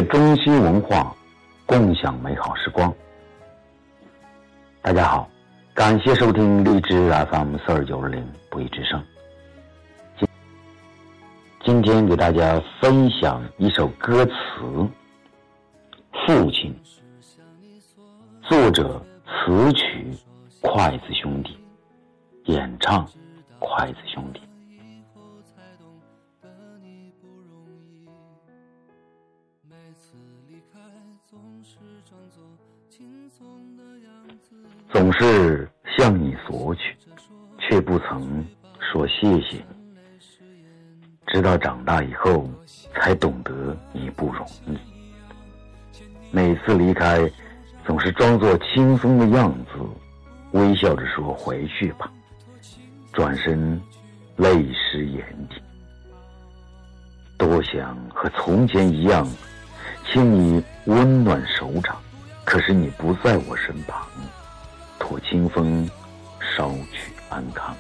悦中西文化，共享美好时光。大家好，感谢收听荔枝 FM42920不一之声。今天给大家分享一首歌词《父亲》，作者词曲筷子兄弟，演唱筷子兄弟。总是向你索取，却不曾说谢谢你。直到长大以后，才懂得你不容易。每次离开，总是装作轻松的样子，微笑着说回去吧，转身泪湿眼底。多想和从前一样，牵你温暖手掌，可是你不在我身旁，托清风捎去安康。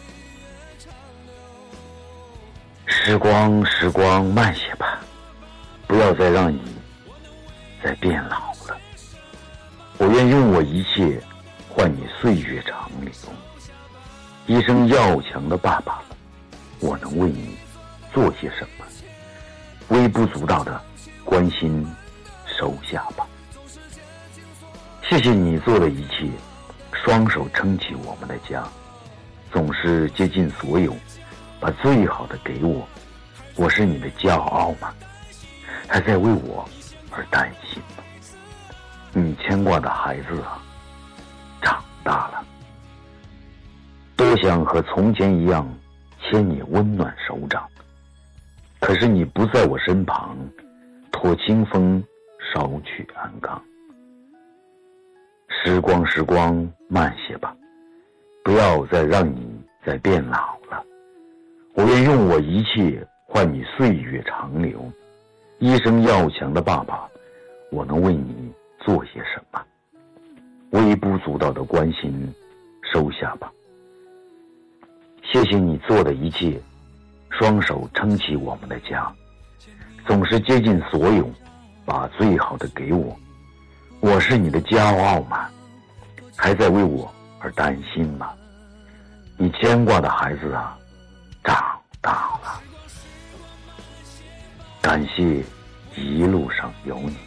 时光慢些吧，不要再让你再变老了。我愿用我一切换你岁月长留。一生要强的爸爸，我能为你做些什么？微不足道的关心收下吧。谢谢你做的一切，双手撑起我们的家，总是竭尽所有，把最好的给我。我是你的骄傲吗？还在为我而担心吗？你牵挂的孩子啊，长大了。多想和从前一样牵你温暖手掌，可是你不在我身旁，托清风捎去安康。时光慢些吧，不要再让你再变老了。我愿用我一切换你岁月长留。一生要强的爸爸，我能为你做些什么？微不足道的关心收下吧。谢谢你做的一切，双手撑起我们的家，总是竭尽所有，把最好的给我。我是你的骄傲吗？还在为我而担心吗？你牵挂的孩子啊，长大了。感谢一路上有你。